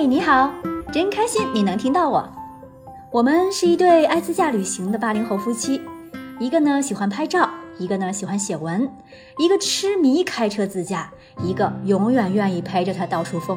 嘿，你好，真开心你能听到我。我们是一对爱自驾旅行的80后夫妻，一个呢喜欢拍照，一个呢喜欢写文，一个痴迷开车自驾，一个永远愿意陪着他到处疯。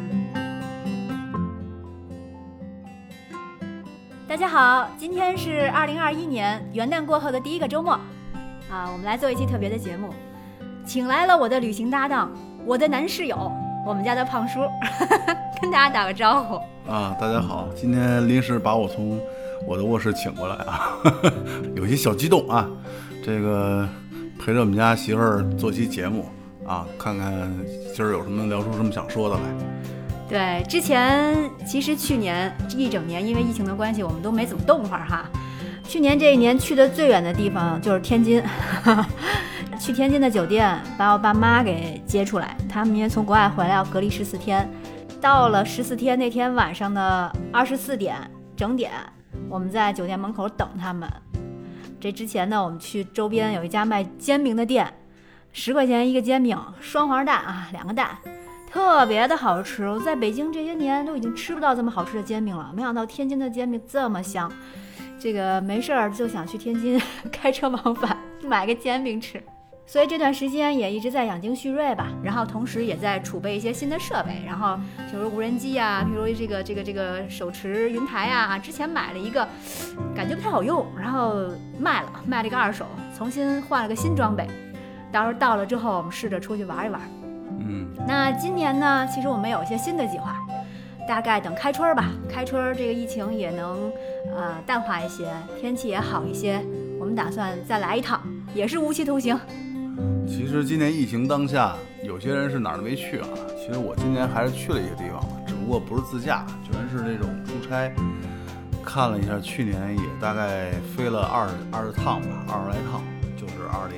大家好，今天是2021年元旦过后的第一个周末啊，我们来做一期特别的节目，请来了我的旅行搭档，我的男室友，我们家的胖叔，跟大家打个招呼啊！大家好，今天临时把我从我的卧室请过来啊，有些小激动啊。这个陪着我们家媳妇儿做期节目啊，看看今儿有什么聊出什么想说的来。 对，之前其实去年一整年因为疫情的关系，我们都没怎么动会儿哈。去年这一年去的最远的地方就是天津，去天津的酒店把我爸妈给接出来，他们因为从国外回来要隔离14天，到了14天那天晚上的24点整点，我们在酒店门口等他们。这之前呢，我们去周边有一家卖煎饼的店，10块钱一个煎饼，双黄蛋啊，2个蛋，特别的好吃。我在北京这些年都已经吃不到这么好吃的煎饼了，没想到天津的煎饼这么香。这个没事儿就想去天津开车往返买个煎饼吃，所以这段时间也一直在养精蓄锐吧，然后同时也在储备一些新的设备，然后比如无人机啊，比如这个手持云台啊，之前买了一个感觉不太好用，然后卖了一个二手，重新换了个新装备，到时候到了之后我们试着出去玩一玩。那今年呢，其实我们有一些新的计划，大概等开春吧，开春这个疫情也能淡化一些，天气也好一些，我们打算再来一趟，也是无期徒刑。 其实今年疫情当下，有些人是哪儿都没去啊。其实我今年还是去了一个地方，只不过不是自驾，全是那种出差。看了一下，去年也大概飞了20趟吧，20来趟，就是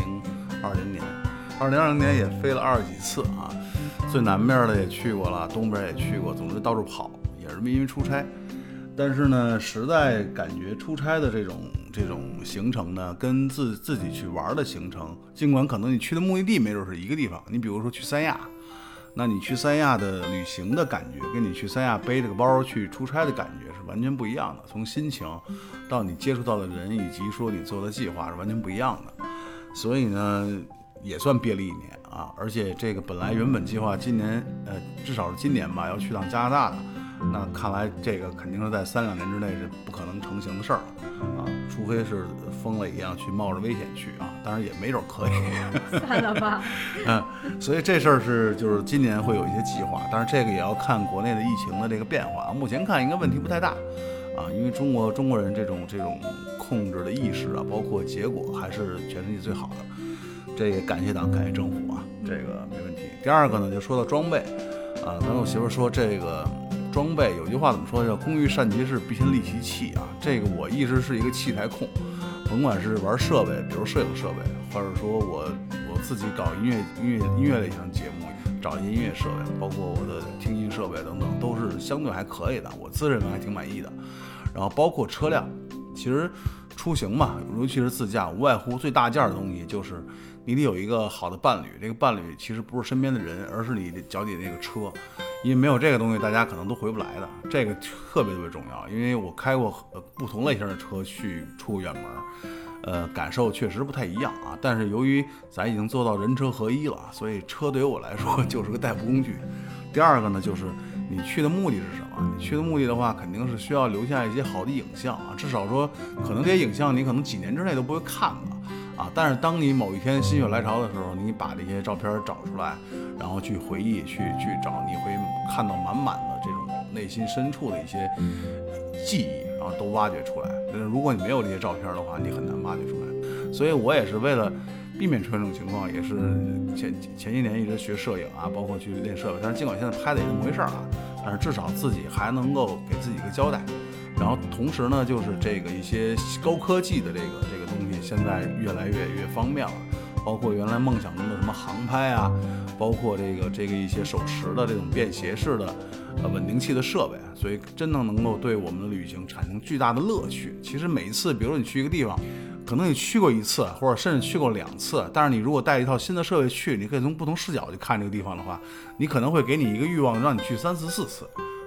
2020年，2020年也飞了20几次啊。最南边的也去过了，东边也去过，总之到处跑，也是因为出差。但是呢，实在感觉出差的这种行程呢，跟自己去玩的行程，尽管可能你去的目的地没准是一个地方，你比如说去三亚，那你去三亚的旅行的感觉，跟你去三亚背着个包去出差的感觉是完全不一样的。从心情到你接触到的人，以及说你做的计划是完全不一样的。所以呢，也算憋了一年啊。而且这个本来原本计划今年至少是今年吧，要去趟加拿大的。那看来这个肯定是在3-2年之内是不可能成型的事儿了啊，除非是疯了一样去冒着危险去啊，当然也没准可以。 算了吧。 所以这事儿就是今年会有一些计划，但是这个也要看国内的疫情的这个变化。目前看应该问题不太大啊，因为中国人这种控制的意识啊，包括结果还是全世界最好的。这个感谢党，感谢政府啊，这个没问题。第二个呢，就说到装备啊，刚才我媳妇说这个。装备有句话怎么说，叫工欲善其事，必先利其器啊。这个我一直是一个器材控，甭管是玩设备，比如摄影设备，或者说我自己搞音乐类型节目，找一些音乐设备，包括我的听音设备等等，都是相对还可以的，我自认为还挺满意的。然后包括车辆，其实出行嘛，尤其是自驾，无外乎最大件的东西就是你得有一个好的伴侣。这个伴侣其实不是身边的人，而是你脚底那个车。因为没有这个东西，大家可能都回不来的，这个特别重要。因为我开过不同类型的车去出过远门，感受确实不太一样啊。但是由于咱已经做到人车合一了，所以车对于我来说就是个代步工具。第二个呢，就是你去的目的是什么？你去的目的的话，肯定是需要留下一些好的影像啊，至少说可能这些影像你可能几年之内都不会看了。但是当你某一天心血来潮的时候，你把这些照片找出来，然后去回忆去找，你会看到满满的这种内心深处的一些记忆，然后都挖掘出来。但是如果你没有这些照片的话，你很难挖掘出来。所以我也是为了避免出现这种情况，也是前些年一直学摄影啊，包括去练设备。但是尽管现在拍的也那么回事啊，但是至少自己还能够给自己一个交代。然后同时呢，就是这个一些高科技的这个东西，现在越来越方便了，包括原来梦想中的什么航拍啊，包括这个一些手持的这种便携式的稳定器的设备，所以真的能够对我们的旅行产生巨大的乐趣。其实每一次，比如说你去一个地方，可能你去过1次，或者甚至去过2次，但是你如果带一套新的设备去，你可以从不同视角去看这个地方的话，你可能会给你一个欲望，让你去3次4次。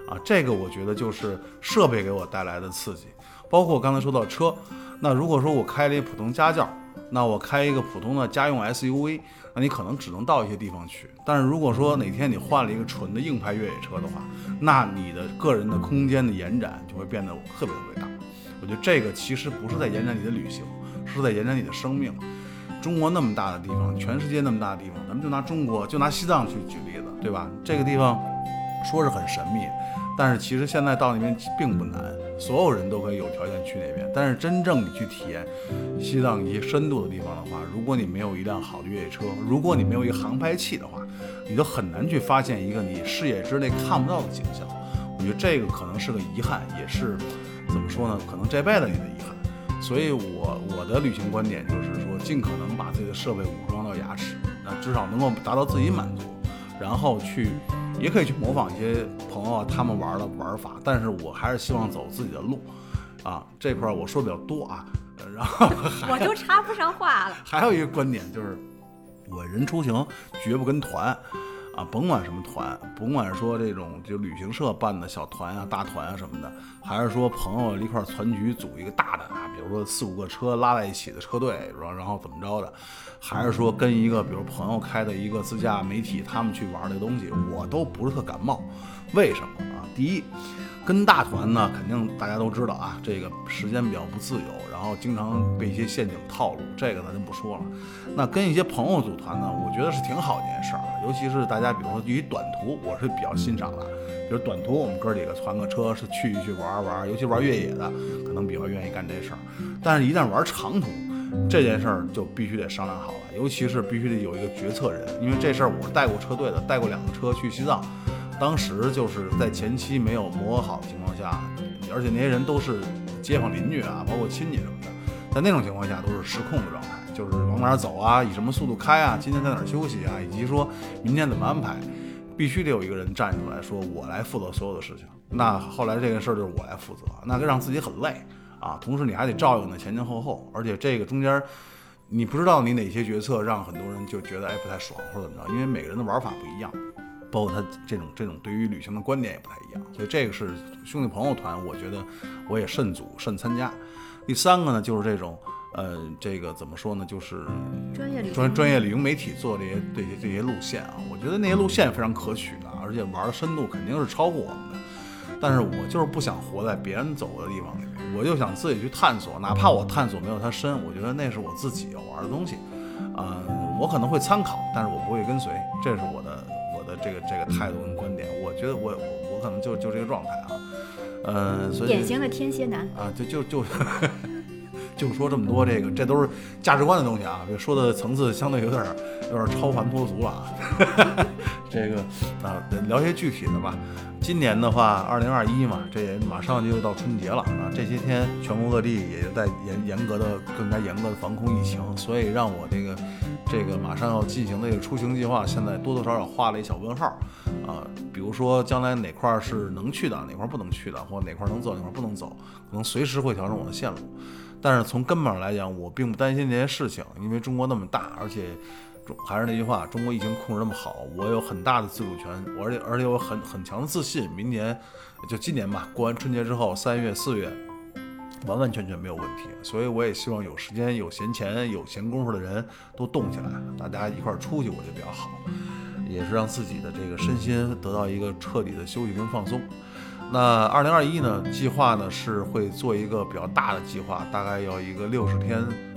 啊，这个我觉得就是设备给我带来的刺激。包括刚才说到车，那如果说我开了一普通家轿，那我开一个普通的家用 SUV， 那你可能只能到一些地方去。但是如果说哪天你换了一个纯的硬派越野车的话，那你的个人的空间的延展就会变得特别大。我觉得这个其实不是在延展你的旅行，是在延展你的生命。中国那么大的地方，全世界那么大的地方，咱们就拿中国，就拿西藏去举例子，对吧？这个地方说是很神秘，但是其实现在到那边并不难，所有人都可以有条件去那边。但是真正你去体验西藏一些深度的地方的话，如果你没有一辆好的越野车，如果你没有一个航拍器的话，你都很难去发现一个你视野之内看不到的景象。我觉得这个可能是个遗憾，也是怎么说呢？可能这辈子你的遗憾。所以我的旅行观点就是说，尽可能把自己的设备武装到牙齿，那至少能够达到自己满足，然后也可以去模仿一些朋友他们玩的玩法，但是我还是希望走自己的路，啊，这块我说比较多啊，然后我都插不上话了。 还有一个观点就是，我人出行绝不跟团。啊，甭管什么团，甭管说这种就旅行社办的小团啊、大团啊什么的，还是说朋友一块团局组一个大的啊，比如说4-5个车拉在一起的车队，然后怎么着的，还是说跟一个比如朋友开的一个自驾媒体他们去玩这个东西，我都不是特感冒。为什么啊？第一，跟大团呢，肯定大家都知道啊，这个时间比较不自由，然后经常被一些陷阱套路，这个咱就不说了。那跟一些朋友组团呢，我觉得是挺好的一件事儿，尤其是大家比如说对于短途，我是比较欣赏的。比如短途，我们哥几个团个车是去玩，尤其玩越野的，可能比较愿意干这事儿。但是，一旦玩长途，这件事儿就必须得商量好了，尤其是必须得有一个决策人，因为这事儿我是带过车队的，带过2个车去西藏。当时就是在前期没有磨合好的情况下，而且那些人都是街坊邻居啊，包括亲戚什么的，在那种情况下都是失控的状态，就是往哪走啊，以什么速度开啊，今天在哪儿休息啊，以及说明天怎么安排，必须得有一个人站出来说我来负责所有的事情。那后来这个事儿就是我来负责，那就让自己很累啊，同时你还得照应的前前后后，而且这个中间你不知道你哪些决策让很多人就觉得不太爽或者怎么着，因为每个人的玩法不一样，包括他这种对于旅行的观点也不太一样，所以这个是兄弟朋友团，我觉得我也慎参加。第3个呢，就是这种这个怎么说呢，就是专业旅行媒体做这些路线啊，我觉得那些路线非常可取的，而且玩的深度肯定是超过我们的。但是我就是不想活在别人走的地方里面，我就想自己去探索，哪怕我探索没有他深，我觉得那是我自己要玩的东西，我可能会参考，但是我不会跟随，这是我的这个态度跟观点。我觉得我可能就这个状态啊，所以典型的天蝎男啊，就说这么多，这都是价值观的东西啊，说的层次相对有点超凡脱俗了啊。这个啊，聊些具体的吧。今年的话，2021嘛，这也马上就到春节了啊。这些天全国各地也在更加严格的防控疫情，所以让我这个马上要进行的这个出行计划，现在多多少少画了一小问号啊。比如说将来哪块是能去的，哪块不能去的，或哪块能走，哪块不能走，可能随时会调整我的线路。但是从根本上来讲，我并不担心这些事情，因为中国那么大，而且还是那句话，中国疫情控制那么好，我有很大的自主权，而且我很强的自信，明年就今年吧，过完春节之后，3月4月完完全全没有问题。所以我也希望有时间、有闲钱、有闲工夫的人都动起来，大家一块出去，我觉得比较好，也是让自己的这个身心得到一个彻底的休息跟放松。那2021呢，计划呢是会做一个比较大的计划，大概要一个60天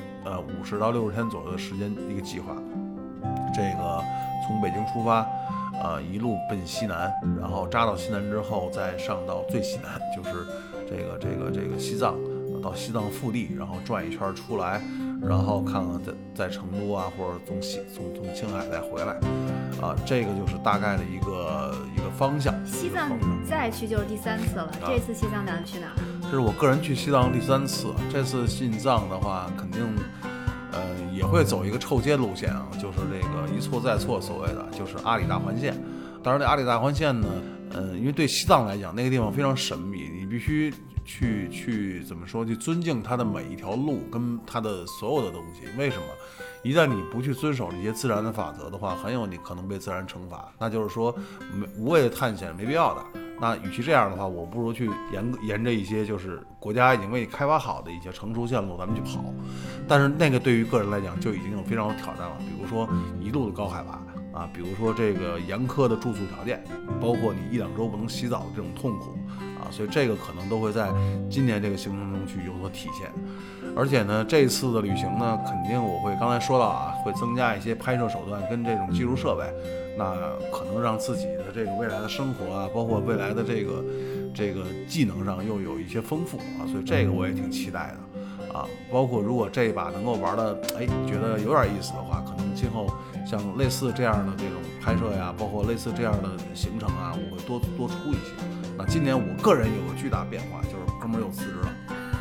，50到60天左右的时间一个计划。这个从北京出发，一路奔西南，然后扎到西南之后，再上到最西南，就是这个西藏，到西藏腹地，然后转一圈出来，然后看看在成都啊，或者从青海再回来，啊，这个就是大概的一个方向。 西藏再去就是第3次了，这次西藏打算去哪？ 这是我个人去西藏第3次，这次西藏的话，肯定也会走一个臭街路线啊，就是这个一错再错，所谓的就是阿里大环线。当然，这阿里大环线呢，因为对西藏来讲，那个地方非常神秘，你必须去怎么说？去尊敬它的每一条路跟它的所有的东西。为什么？一旦你不去遵守这些自然的法则的话，很有你可能被自然惩罚。那就是说，无谓的探险没必要的那与其这样的话，我不如去沿着一些就是国家已经为你开发好的一些成熟线路咱们去跑。但是那个对于个人来讲就已经有非常有挑战了，比如说一路的高海拔啊，比如说这个严苛的住宿条件，包括你1-2周不能洗澡的这种痛苦啊，所以这个可能都会在今年这个行程中去有所体现。而且呢，这次的旅行呢，肯定我会刚才说到啊，会增加一些拍摄手段跟这种技术设备，那可能让自己的这个未来的生活啊，包括未来的这个技能上又有一些丰富啊，所以这个我也挺期待的啊。包括如果这一把能够玩的觉得有点意思的话，可能今后像类似这样的这种拍摄呀，包括类似这样的行程啊，我会多出一些。那今年我个人有个巨大变化，就是哥们儿又辞职了。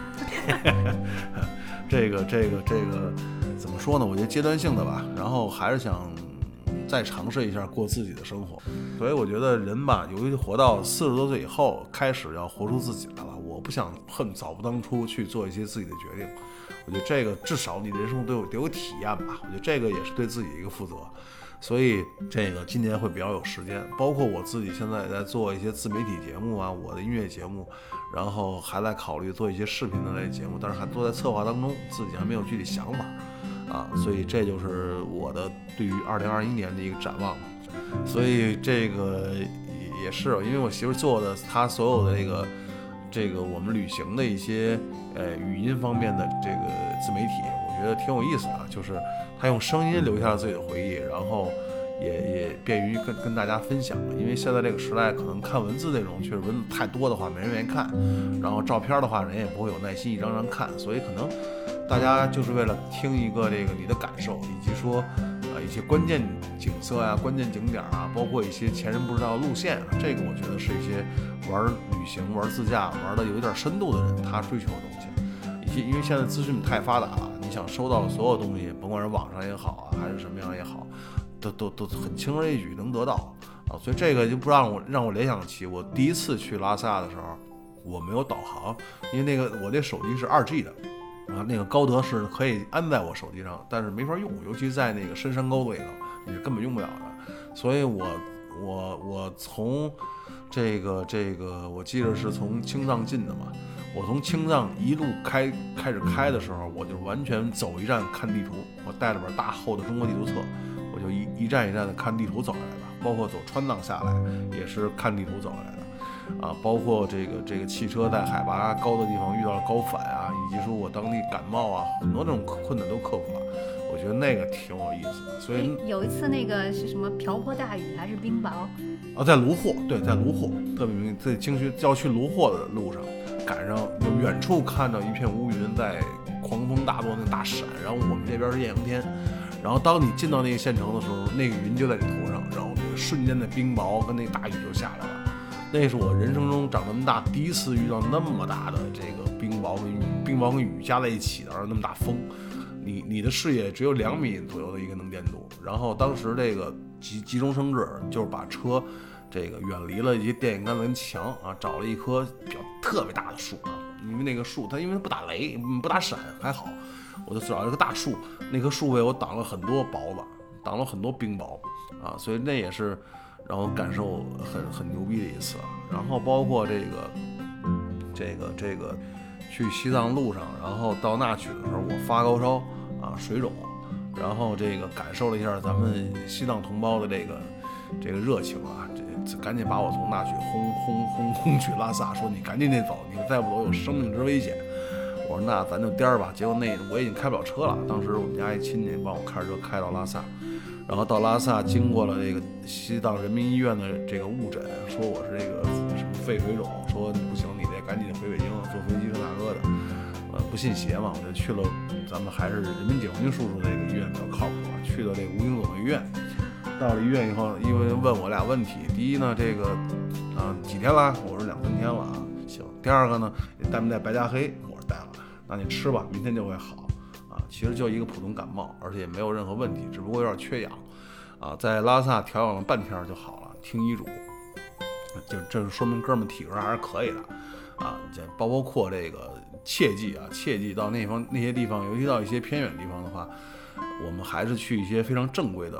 这个怎么说呢？我觉得阶段性的吧，然后还是想再尝试一下过自己的生活。所以我觉得人吧，由于活到40多岁以后，开始要活出自己来了。我不想早不当初去做一些自己的决定。我觉得这个至少你人生得有体验吧。我觉得这个也是对自己一个负责。所以这个今年会比较有时间，包括我自己现在也在做一些自媒体节目啊，我的音乐节目，然后还在考虑做一些视频的类节目，但是还都在策划当中，自己还没有具体想法啊，所以这就是我的对于2021年的一个展望。所以这个也是因为我媳妇做的她所有的这个我们旅行的一些语音方面的这个自媒体，我觉得挺有意思的，就是他用声音留下了自己的回忆，然后也便于跟大家分享。因为现在这个时代，可能看文字内容确实文字太多的话没人愿意看，然后照片的话人也不会有耐心一张张看，所以可能大家就是为了听一个这个你的感受，以及说一些关键景色啊、关键景点啊，包括一些前人不知道的路线啊，这个我觉得是一些玩旅行、玩自驾、玩的有一点深度的人他追求的东西。因为现在资讯太发达了，你想收到所有东西，甭管是网上也好啊，还是什么样也好，都很轻而易举能得到啊。所以这个就不让我联想起我第一次去拉萨的时候，我没有导航，因为我这手机是2G 的啊，那个高德是可以安在我手机上，但是没法用，尤其在那个深山沟里头，你是根本用不了的。所以我从这个我记得是从青藏进的嘛。我从青藏一路开始开的时候，我就完全走一站看地图，我带了本大厚的中国地图册，我就一站一站的看地图走下来的，包括走川藏下来也是看地图走下来的，啊，包括这个汽车在海拔高的地方遇到了高反啊，以及说我当地感冒啊，很多这种困难都克服了，我觉得那个挺有意思的。所以有一次那个是什么瓢泼大雨还是冰雹？ 啊，在卢霍，对，在卢霍，特别明，在要去卢霍的路上。赶上就远处看到一片乌云在狂风大作那大闪，然后我们这边是艳阳天，然后当你进到那个县城的时候，那个云就在你头上，然后那个瞬间的冰雹跟那大雨就下来了。那是我人生中长那么大第一次遇到那么大的这个冰雹跟雨加在一起的，然后那么大风，你的视野只有2米左右的一个能见度。然后当时这个急中生智，就是把车这个远离了一些电线杆跟墙啊，找了一棵特别大的树啊，因为那个树它因为它不打雷不打闪还好，我就找了一个大树，那棵树为我挡了很多雹子，挡了很多冰雹啊，所以那也是让我感受很牛逼的一次。然后包括这个去西藏路上，然后到那曲的时候我发高烧啊，水肿，然后这个感受了一下咱们西藏同胞的这个热情啊，这赶紧把我从那曲轰去拉萨，说你赶紧得走，你再不走有生命之危险。我说那咱就颠儿吧。结果我已经开不了车了，当时我们家一亲戚帮我开着车开到拉萨，然后到拉萨经过了这个西藏人民医院的这个误诊，说我是这个什么肺水肿，说你不行，你得赶紧回北京，坐飞机这那个的。不信邪嘛，我就去了咱们还是人民解放军叔叔那个医院比较靠谱，去了这个吴英总的医院。到了医院以后，因为问我俩问题，第一呢，这个几天了？我说2-3天了啊，行。第二个呢，你带没带白加黑？我说带了，那你吃吧，明天就会好啊。其实就一个普通感冒，而且也没有任何问题，只不过有点缺氧啊。在拉萨调养了半天就好了，听医嘱，就这是说明哥们体格还是可以的啊。这包括这个切记到那些地方，尤其到一些偏远地方的话，我们还是去一些非常正规的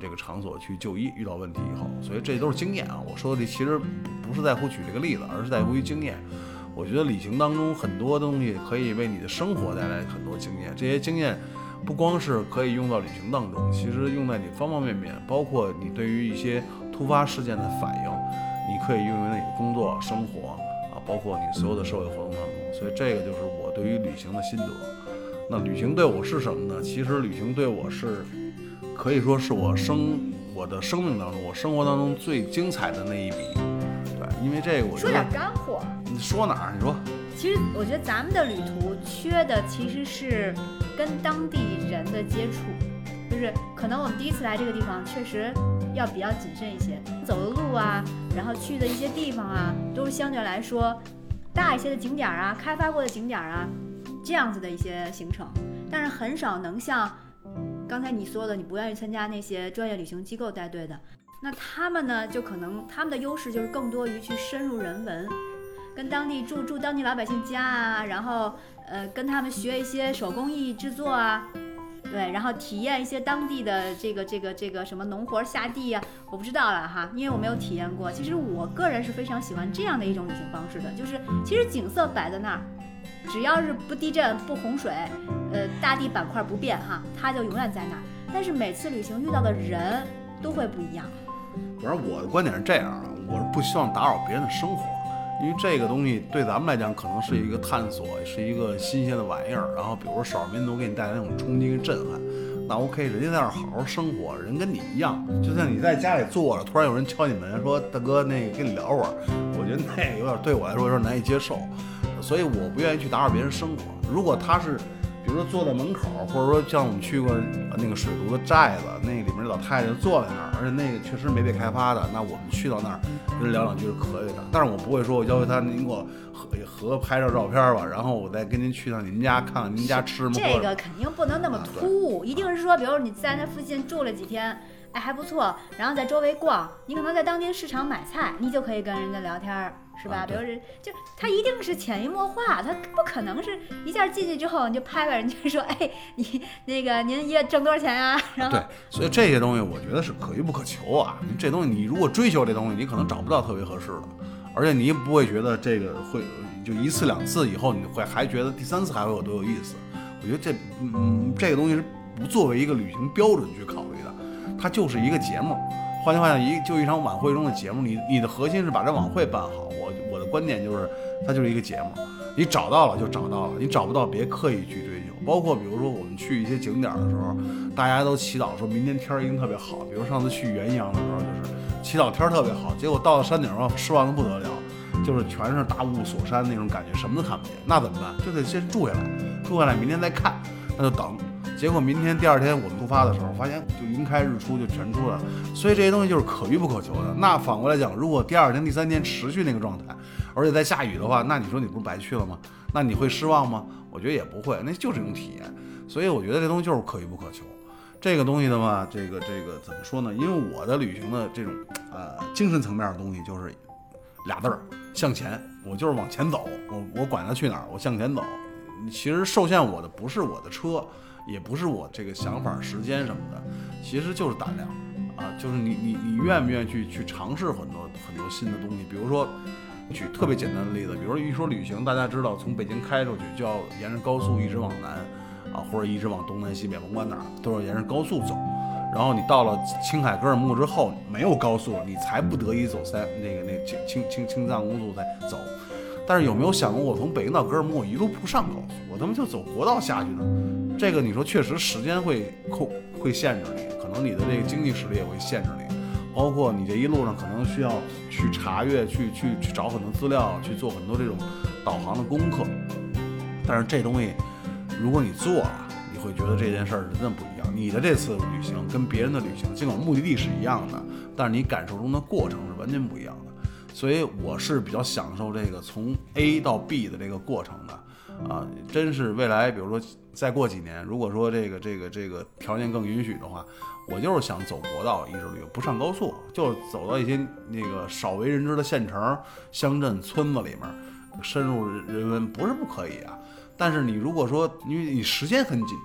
这个场所去就医，遇到问题以后，所以这都是经验啊。我说的其实不是在乎举这个例子，而是在乎于经验。我觉得旅行当中很多东西可以为你的生活带来很多经验，这些经验不光是可以用到旅行当中，其实用在你方方面面，包括你对于一些突发事件的反应，你可以用在你的工作、生活啊，包括你所有的社会活动当中。所以这个就是我对于旅行的心得。那旅行对我是什么呢？其实旅行对我是可以说是我的生命当中，我生活当中最精彩的那一笔。对，因为这个我觉得说点干货。 你说哪儿？你说。 其实我觉得咱们的旅途缺的其实是跟当地人的接触，就是可能我们第一次来这个地方，确实要比较谨慎一些，走的路啊，然后去的一些地方啊，都是相对来说大一些的景点啊，开发过的景点啊，这样子的一些行程，但是很少能像刚才你说的，你不愿意参加那些专业旅行机构带队的，那他们呢，就可能他们的优势就是更多于去深入人文。跟当地住当地老百姓家啊，然后跟他们学一些手工艺制作啊，对，然后体验一些当地的这个什么农活下地啊，我不知道了哈，因为我没有体验过。其实我个人是非常喜欢这样的一种旅行方式的，就是其实景色摆在那儿，只要是不地震不洪水，大地板块不变哈，它就永远在那儿。但是每次旅行遇到的人都会不一样。 反正我的观点是这样啊，我是不希望打扰别人的生活。因为这个东西对咱们来讲可能是一个探索，是一个新鲜的玩意儿，然后比如说少数民族给你带来那种冲击跟震撼，那 OK， 人家在那儿好好生活，人跟你一样，就像你在家里坐着，突然有人敲你门说大哥那个跟你聊会儿，我觉得那个有点对我来说有点难以接受，所以我不愿意去打扰别人生活。如果他是比如说坐在门口，或者说像我们去过那个水族的寨子，那里面老太太就坐在那儿，而且那个确实没被开发的，那我们去到那儿跟人聊两句是可以的。但是我不会说我要求他您给我合拍照照片吧，然后我再跟您去趟您家看看您家吃什么。 这个肯定不能那么突兀，一定是说，比如你在那附近住了几天，哎还不错，然后在周围逛，你可能在当地市场买菜，你就可以跟人家聊天。是吧？比如是，就他一定是潜移默化，他不可能是一下进去之后你就拍拍人家说，哎，你那个您一月挣多少钱啊？然后对，所以这些东西我觉得是可遇不可求啊。这东西你如果追求这东西，你可能找不到特别合适的，而且你也不会觉得这个会就一次两次以后你会还觉得第三次还会有多有意思。我觉得这个东西是不作为一个旅行标准去考虑的，它就是一个节目。换句话讲，就一场晚会中的节目，你的核心是把这晚会办好。我的观点就是，它就是一个节目，你找到了就找到了，你找不到别刻意去追求。包括比如说我们去一些景点的时候，大家都祈祷说明天天一定特别好。比如上次去元阳的时候，就是祈祷天特别好，结果到了山顶上失望的不得了，就是全是大雾锁山那种感觉，什么都看不见。那怎么办？就得先住下来，明天再看，那就等。结果明天第二天我们出发的时候，发现就云开日出就全出来了。所以这些东西就是可遇不可求的。那反过来讲，如果第二天、第三天持续那个状态，而且在下雨的话，那你说你不是白去了吗？那你会失望吗？我觉得也不会，那就是一种体验。所以我觉得这东西就是可遇不可求。这个东西的话，这个怎么说呢？因为我的旅行的这种精神层面的东西就是俩字儿：向前。我就是往前走，我管它去哪儿，我向前走。其实受限我的不是我的车，也不是我这个想法、时间什么的，其实就是胆量啊，就是你愿不愿意去尝试很多新的东西。比如说，举特别简单的例子，比如说一说旅行，大家知道从北京开出去就要沿着高速一直往南啊，或者一直往东南西北甭管哪儿都要沿着高速走。然后你到了青海格尔木之后，没有高速，你才不得已走青藏公路再走。但是有没有想过，我从北京到格尔木我一路不上高速，我他妈就走国道下去呢？这个你说确实时间会限制你，可能你的这个经济实力也会限制你，包括你这一路上可能需要去查阅、去找很多资料，去做很多这种导航的功课。但是这东西，如果你做了，你会觉得这件事儿真的不一样。你的这次旅行跟别人的旅行，尽管目的地是一样的，但是你感受中的过程是完全不一样的。所以我是比较享受这个从 A 到 B 的这个过程的，啊，真是未来，比如说再过几年，如果说这个条件更允许的话，我就是想走国道一直旅游，不上高速，就走到一些那个少为人知的县城、乡镇、村子里面，深入人文，不是不可以啊。但是你如果说，因为你时间很紧张，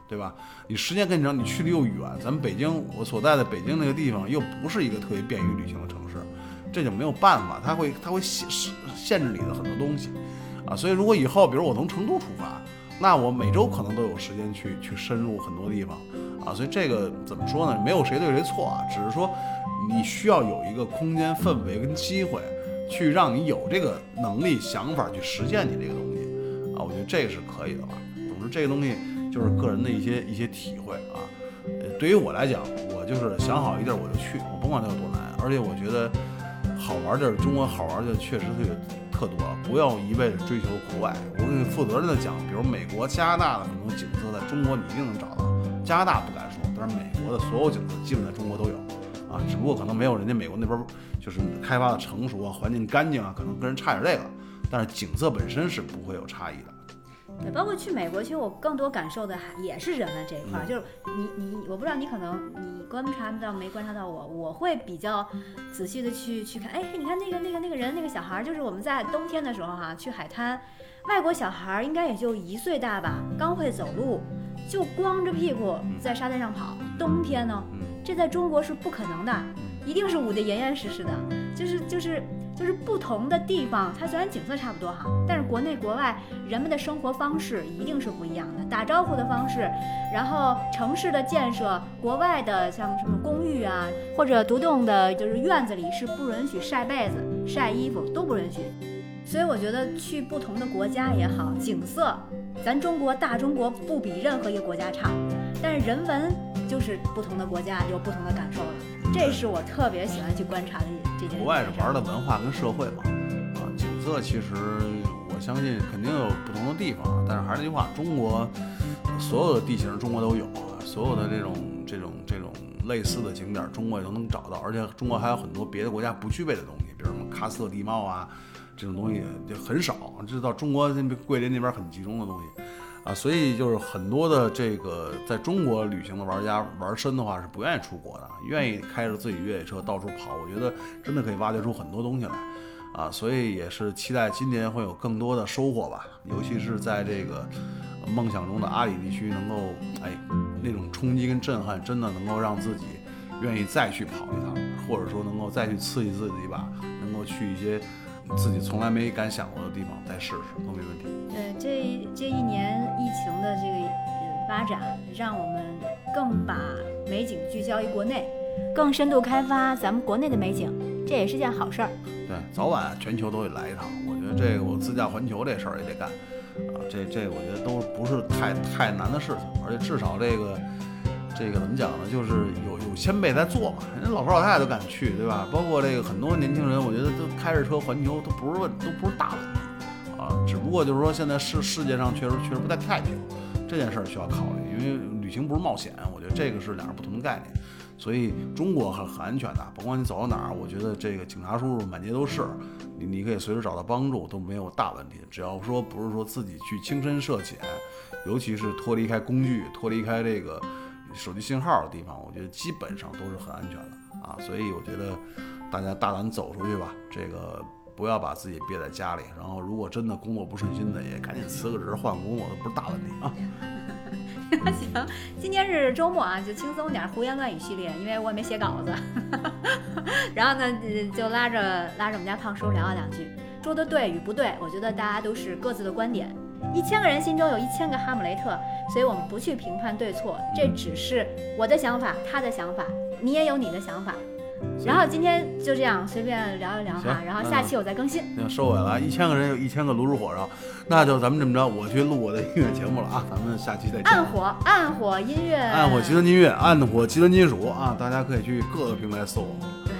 对吧？你时间跟你长，你去的又远，咱们北京，我所在的北京那个地方又不是一个特别便于旅行的城市，这就没有办法，它会限制你的很多东西啊。所以如果以后，比如我从成都出发，那我每周可能都有时间去深入很多地方啊。所以这个怎么说呢？没有谁对谁错啊，只是说你需要有一个空间、氛围跟机会，去让你有这个能力、想法去实现你这个东西啊。我觉得这个是可以的吧。总之，这个东西就是个人的一些体会啊。对于我来讲，我就是想好一地儿我就去，我甭管它有多难。而且我觉得好玩地儿，中国好玩的确实特多，不要一味的追求国外。我跟你负责任的讲，比如美国、加拿大的很多景色在中国你一定能找到，加拿大不敢说，但是美国的所有景色基本在中国都有啊，只不过可能没有人家美国那边就是开发的成熟啊，环境干净啊，可能跟人差点这个，但是景色本身是不会有差异的。 对，包括去美国，其实我更多感受的也是人文这一块，就是你，我不知道你可能你观察到没观察到我会比较仔细的去看，哎，你看那个人那个小孩，就是我们在冬天的时候哈，去海滩，外国小孩应该也就1岁大吧，刚会走路，就光着屁股在沙滩上跑，冬天呢，这在中国是不可能的，一定是捂得严严实实的，就是不同的地方，它虽然景色差不多哈，但是国内国外人们的生活方式一定是不一样的，打招呼的方式，然后城市的建设，国外的像什么公寓啊，或者独栋的，就是院子里是不允许晒被子、晒衣服都不允许。所以我觉得去不同的国家也好，景色，咱大中国不比任何一个国家差，但是人文就是不同的国家有不同的感受了，这是我特别喜欢去观察的这件事。 国外是玩的文化跟社会嘛，啊，景色其实我相信肯定有不同的地方，但是还是那句话，中国所有的地形中国都有啊，所有的这种类似的景点中国也都能找到，而且中国还有很多别的国家不具备的东西，比如什么喀斯特地貌啊，这种东西就很少，这是到中国桂林那边很集中的东西啊，所以就是很多的这个在中国旅行的玩家玩深的话是不愿意出国的，愿意开着自己越野车到处跑，我觉得真的可以挖掘出很多东西来啊，所以也是期待今年会有更多的收获吧，尤其是在这个梦想中的阿里地区能够那种冲击跟震撼，真的能够让自己愿意再去跑一趟，或者说能够再去刺激自己一把，能够去一些自己从来没敢想过的地方再试试都没问题。 对，这一年疫情的这个发展，让我们更把美景聚焦于国内，更深度开发咱们国内的美景，这也是件好事儿。 对，早晚全球都得来一趟，我觉得这个我自驾环球这事儿也得干啊，这我觉得都不是太难的事情，而且至少这个怎么讲呢，就是有先辈在做嘛，人家老头老太太都敢去，对吧？包括这个很多年轻人，我觉得都开着车环球都不是大问题啊，只不过就是说现在世界上确实不太太平，这件事儿需要考虑，因为旅行不是冒险，我觉得这个是两个不同的概念。所以中国很安全的，甭管你走到哪儿，我觉得这个警察叔叔满街都是，你可以随时找到帮助，都没有大问题。只要说不是说自己去轻身涉险，尤其是脱离开工具、脱离开这个手机信号的地方，我觉得基本上都是很安全的啊。所以我觉得大家大胆走出去吧，这个不要把自己憋在家里。然后如果真的工作不顺心的，也赶紧辞个职换工作，都不是大问题啊。 行，今天是周末啊，就轻松点胡言乱语系列，因为我也没写稿子。然后呢，就拉着我们家胖叔聊了两句，说的对与不对，我觉得大家都是各自的观点。1000个人心中有1000个哈姆雷特，所以我们不去评判对错，这只是我的想法，他的想法，你也有你的想法。然后今天就这样随便聊一聊哈，然后下期我再更新。 收尾了，1000个人有1000个炉石火烧，那就咱们这么着，我去录我的音乐节目了啊，咱们下期再见。 暗火音乐， 暗火极端音乐，暗火极端金属啊，大家可以去各个平台搜，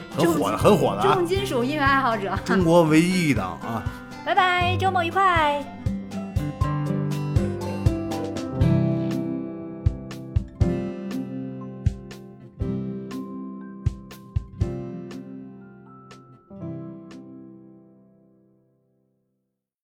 很火的啊， 重金属音乐爱好者， 中国唯一一档啊。 拜拜，周末愉快。